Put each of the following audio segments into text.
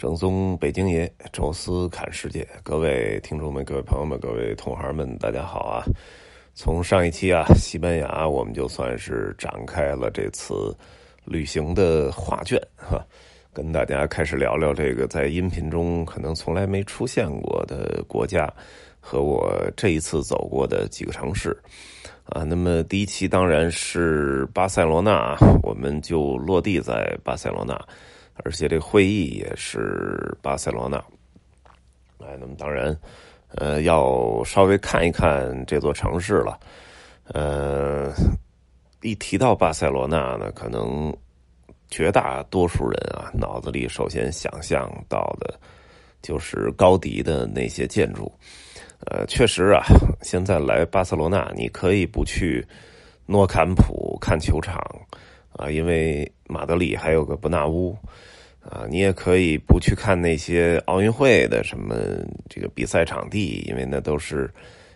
正宗北京爷，宙斯侃世界。各位听众们，各位朋友们，各位同行们，大家好啊！从上一期西班牙我们就算是展开了这次旅行的画卷跟大家开始聊聊这个在音频中可能从来没出现过的国家和我这一次走过的几个城市那么第一期当然是巴塞罗那，我们就落地在巴塞罗那，而且这个会议也是巴塞罗那。那么当然要稍微看一看这座城市了。一提到巴塞罗那呢，可能绝大多数人脑子里首先想象到的就是高迪的那些建筑。确实现在来巴塞罗那，你可以不去诺坎普看球场因为马德里还有个伯纳乌你也可以不去看那些奥运会的什么这个比赛场地，因为那都是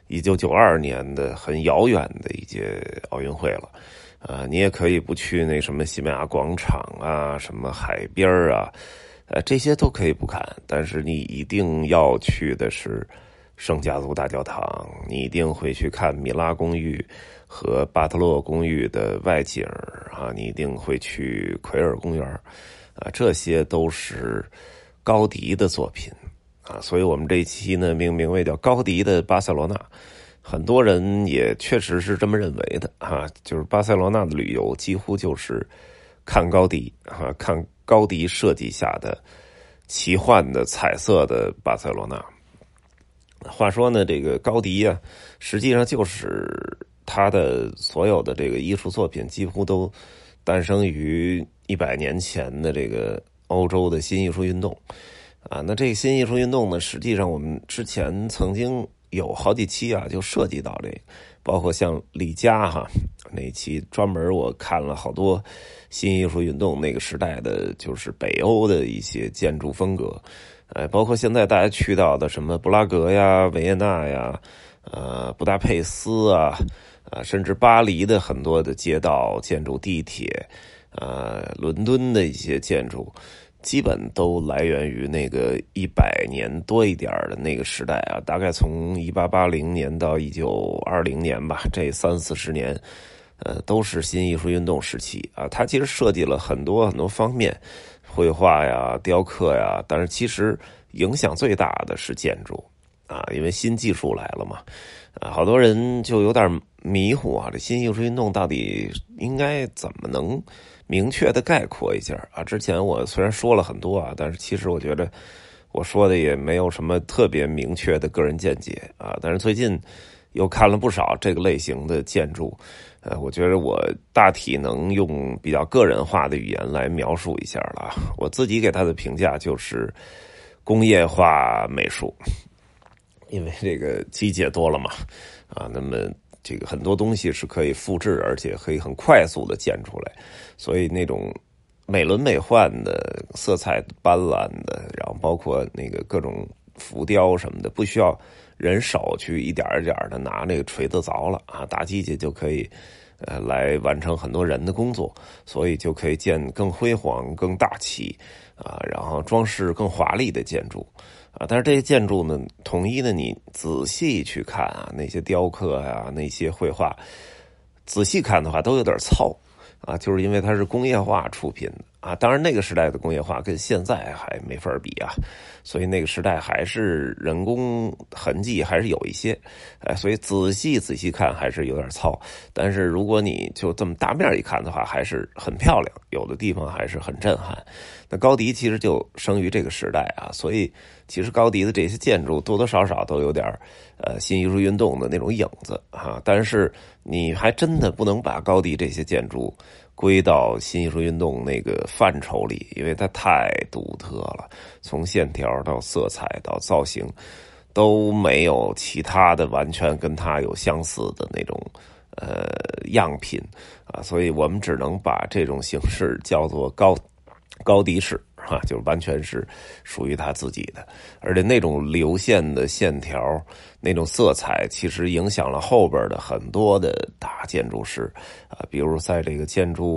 1992年的很遥远的一届奥运会了。你也可以不去那什么西班牙广场什么海边这些都可以不看，但是你一定要去的是圣家族大教堂，你一定会去看米拉公寓和巴特洛公寓的外景你一定会去奎尔公园这些都是高迪的作品所以我们这一期呢命名为叫高迪的巴塞罗那。很多人也确实是这么认为的就是巴塞罗那的旅游几乎就是看高迪看高迪设计下的奇幻的彩色的巴塞罗那。话说呢，这个高迪实际上就是他的所有的这个艺术作品几乎都诞生于100年前的这个欧洲的新艺术运动那这个新艺术运动呢，实际上我们之前曾经有好几期就涉及到这个，包括像李嘉那一期专门我看了好多新艺术运动那个时代的就是北欧的一些建筑风格包括现在大家去到的什么布拉格维也纳布达佩斯甚至巴黎的很多的街道建筑、地铁伦敦的一些建筑基本都来源于那个100年多一点的那个时代大概从1880年到1920年吧，这30-40年都是新艺术运动时期它其实设计了很多很多方面，绘画雕刻但是其实影响最大的是建筑因为新技术来了嘛好多人就有点迷糊这新艺术运动到底应该怎么能明确的概括一下之前我虽然说了很多但是其实我觉得我说的也没有什么特别明确的个人见解但是最近又看了不少这个类型的建筑我觉得我大体能用比较个人化的语言来描述一下了我自己给它的评价就是工业化美术，因为这个机械多了嘛那么这个很多东西是可以复制，而且可以很快速的建出来，所以那种美轮美奂的色彩斑斓的，然后包括那个各种浮雕什么的，不需要人手去一点一点的拿那个锤子凿了大机械就可以来完成很多人的工作，所以就可以建更辉煌更大气然后装饰更华丽的建筑但是这些建筑呢，统一的你仔细去看那些雕刻那些绘画仔细看的话都有点糙就是因为它是工业化出品的当然那个时代的工业化跟现在还没法比所以那个时代还是人工痕迹还是有一些所以仔细看还是有点糙，但是如果你就这么大面一看的话还是很漂亮，有的地方还是很震撼。那高迪其实就生于这个时代所以其实高迪的这些建筑多多少少都有点新艺术运动的那种影子但是你还真的不能把高迪这些建筑归到新艺术运动那个范畴里，因为它太独特了，从线条到色彩到造型都没有其他的完全跟它有相似的那种样品所以我们只能把这种形式叫做高迪式就是完全是属于他自己的，而且那种流线的线条那种色彩其实影响了后边的很多的大建筑师比如在这个建筑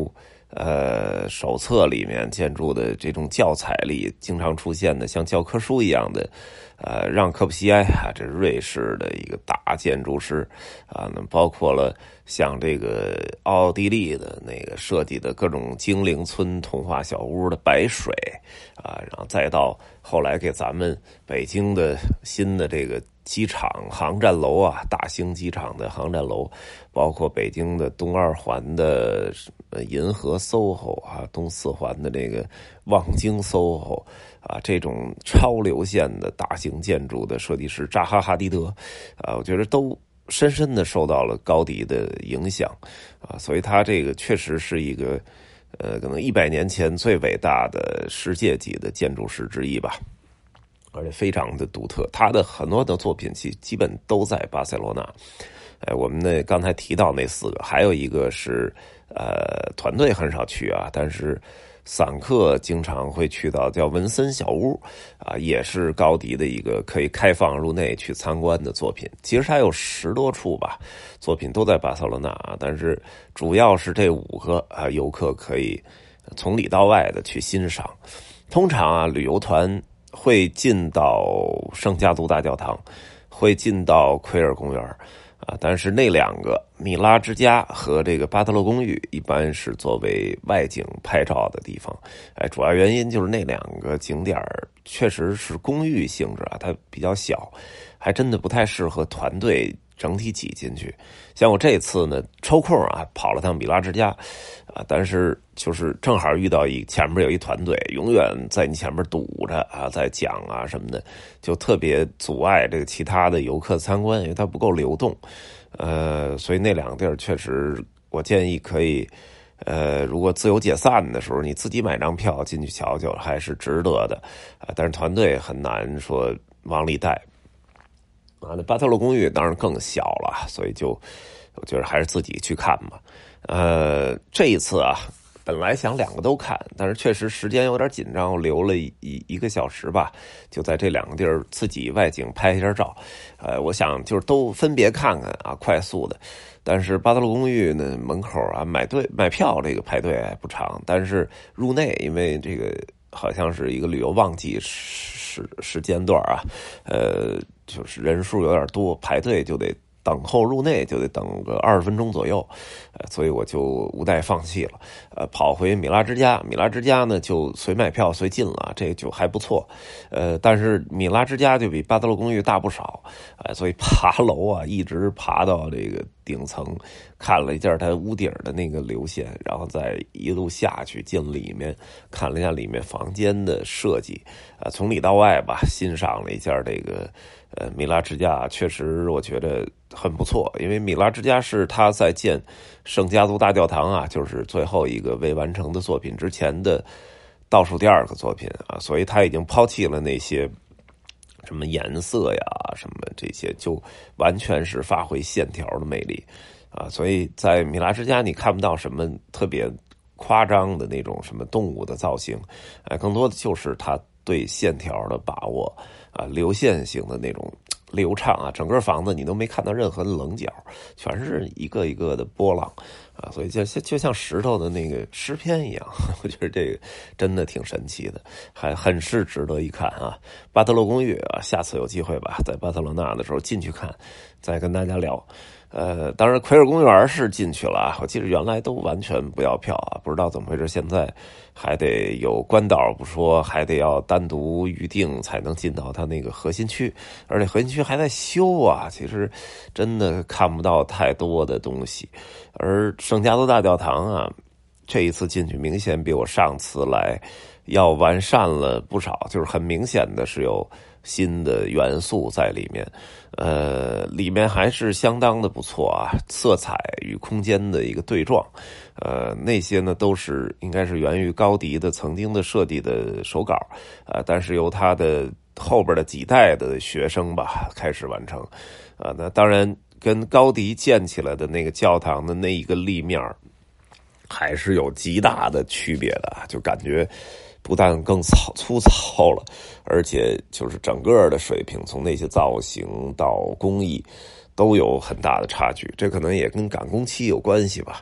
手册里面建筑的这种教材里经常出现的像教科书一样的让·科布西埃啊，这是瑞士的一个大建筑师啊，那包括了像这个奥地利的那个设计的各种精灵村童话小屋的白水啊，然后再到后来给咱们北京的新的这个机场航站楼啊，大兴机场的航站楼，包括北京的东二环的银河 SOHO 啊，东四环的这个望京 SOHO 啊，这种超流线的大型建筑的设计师扎哈·哈迪德啊，我觉得都深深的受到了高迪的影响啊，所以他这个确实是一个可能100年前最伟大的世界级的建筑师之一吧。而且非常的独特，他的很多的作品基本都在巴塞罗那。我们呢刚才提到那4个，还有一个是团队很少去啊，但是散客经常会去到叫文森小屋啊，也是高迪的一个可以开放入内去参观的作品。其实它有10多处吧，作品都在巴塞罗那啊，但是主要是这5个啊，游客可以从里到外的去欣赏。通常啊，旅游团会进到圣家族大教堂，会进到奎尔公园啊，但是那2个米拉之家和这个巴特勒公寓一般是作为外景拍照的地方。主要原因就是那2个景点确实是公寓性质啊，它比较小，还真的不太适合团队整体挤进去。像我这次呢抽空啊跑了趟米拉之家啊，但是就是正好遇到前面有一团队永远在你前面堵着啊，在讲啊什么的，就特别阻碍这个其他的游客参观，因为它不够流动。所以那2个地儿确实我建议可以如果自由解散的时候你自己买张票进去瞧瞧还是值得的啊，但是团队很难说往里带啊。那巴特勒公寓当然更小了，所以我觉得还是自己去看吧。这一次啊本来想2个都看，但是确实时间有点紧张，我留了1个小时吧，就在这2个地儿自己外景拍一下照。我想就是都分别看看啊，快速的。但是巴特勒公寓呢门口啊买票这个排队不长，但是入内因为这个好像是一个旅游旺季时间段啊，就是人数有点多，排队就得等候入内就得等个20分钟左右，所以我就无奈放弃了，跑回米拉之家。米拉之家呢就随买票随进了，这就还不错，但是米拉之家就比巴特勒公寓大不少，所以爬楼啊一直爬到这个顶层，看了一下它屋顶的那个流线，然后再一路下去进里面，看了一下里面房间的设计，从里到外吧欣赏了一下这个米拉之家，确实我觉得很不错，因为米拉之家是他在建圣家族大教堂啊，就是最后一个未完成的作品之前的倒数第2个作品啊，所以他已经抛弃了那些什么颜色呀什么这些，就完全是发挥线条的魅力啊，所以在米拉之家你看不到什么特别夸张的那种什么动物的造型，更多的就是他对线条的把握啊，流线型的那种流畅啊，整个房子你都没看到任何的棱角，全是一个一个的波浪啊，所以就像石头的那个诗篇一样，我觉得这个真的挺神奇的，还很是值得一看啊。巴特勒公寓啊，下次有机会吧，在巴塞罗那的时候进去看，再跟大家聊。当然奎尔公园是进去了啊，我记得原来都完全不要票啊，不知道怎么回事，现在还得有关岛不说，还得要单独预定才能进到它那个核心区，而且核心区还在修啊，其实真的看不到太多的东西。而圣家族大教堂啊，这一次进去明显比我上次来要完善了不少，就是很明显的是有新的元素在里面，里面还是相当的不错啊，色彩与空间的一个对撞，那些呢都是应该是源于高迪的曾经的设计的手稿，但是由他的后边的几代的学生吧开始完成，那当然跟高迪建起来的那个教堂的那一个立面还是有极大的区别的，就感觉不但更粗糙了，而且就是整个的水平从那些造型到工艺都有很大的差距，这可能也跟赶工期有关系吧。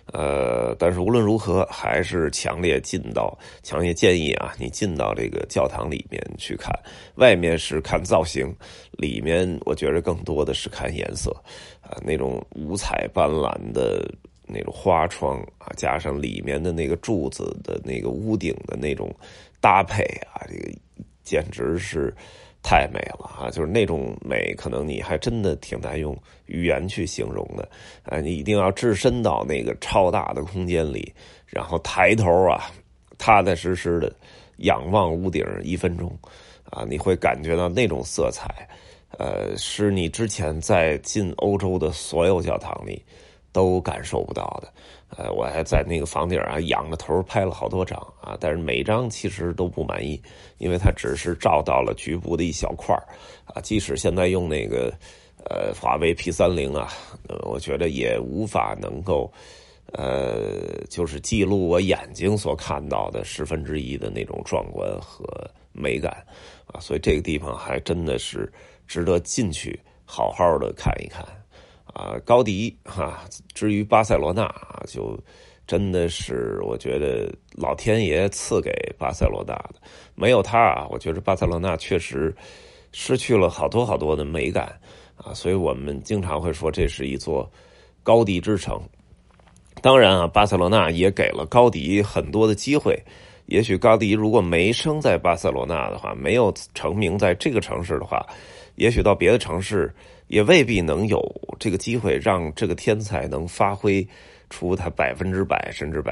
但是无论如何，还是强烈建议啊，你进到这个教堂里面去看。外面是看造型，里面我觉得更多的是看颜色，那种五彩斑斓的那种花窗啊，加上里面的那个柱子的那个屋顶的那种搭配啊，这个简直是太美了啊！就是那种美，可能你还真的挺难用语言去形容的你一定要置身到那个超大的空间里，然后抬头啊，踏踏实实的仰望屋顶1分钟啊，你会感觉到那种色彩，是你之前在进欧洲的所有教堂里都感受不到的。我还在那个房顶啊仰着头拍了好多张啊，但是每张其实都不满意，因为它只是照到了局部的一小块啊。即使现在用那个华为 P30啊，我觉得也无法能够就是记录我眼睛所看到的1/10的那种壮观和美感啊。所以这个地方还真的是值得进去好好的看一看。高迪至于巴塞罗那就真的是我觉得老天爷赐给巴塞罗那的，没有他我觉得巴塞罗那确实失去了好多好多的美感所以我们经常会说这是一座高迪之城。当然巴塞罗那也给了高迪很多的机会，也许高迪如果没生在巴塞罗那的话，没有成名在这个城市的话，也许到别的城市也未必能有这个机会让这个天才能发挥出他100%甚至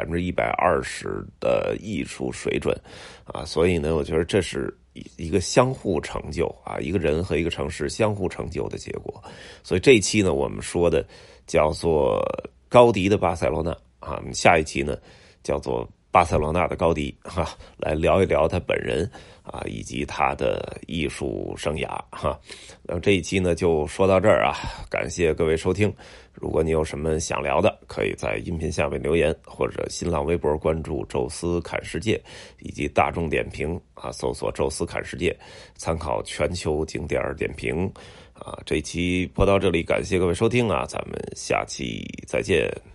120%的艺术水准所以呢，我觉得这是一个相互成就一个人和一个城市相互成就的结果。所以这一期呢，我们说的叫做高迪的巴塞罗那下一期呢叫做巴塞罗那的高迪来聊一聊他本人以及他的艺术生涯那么这一期呢就说到这儿感谢各位收听。如果你有什么想聊的，可以在音频下面留言，或者新浪微博关注宙斯看世界，以及大众点评搜索宙斯看世界，参考全球景点点评这一期播到这里，感谢各位收听咱们下期再见。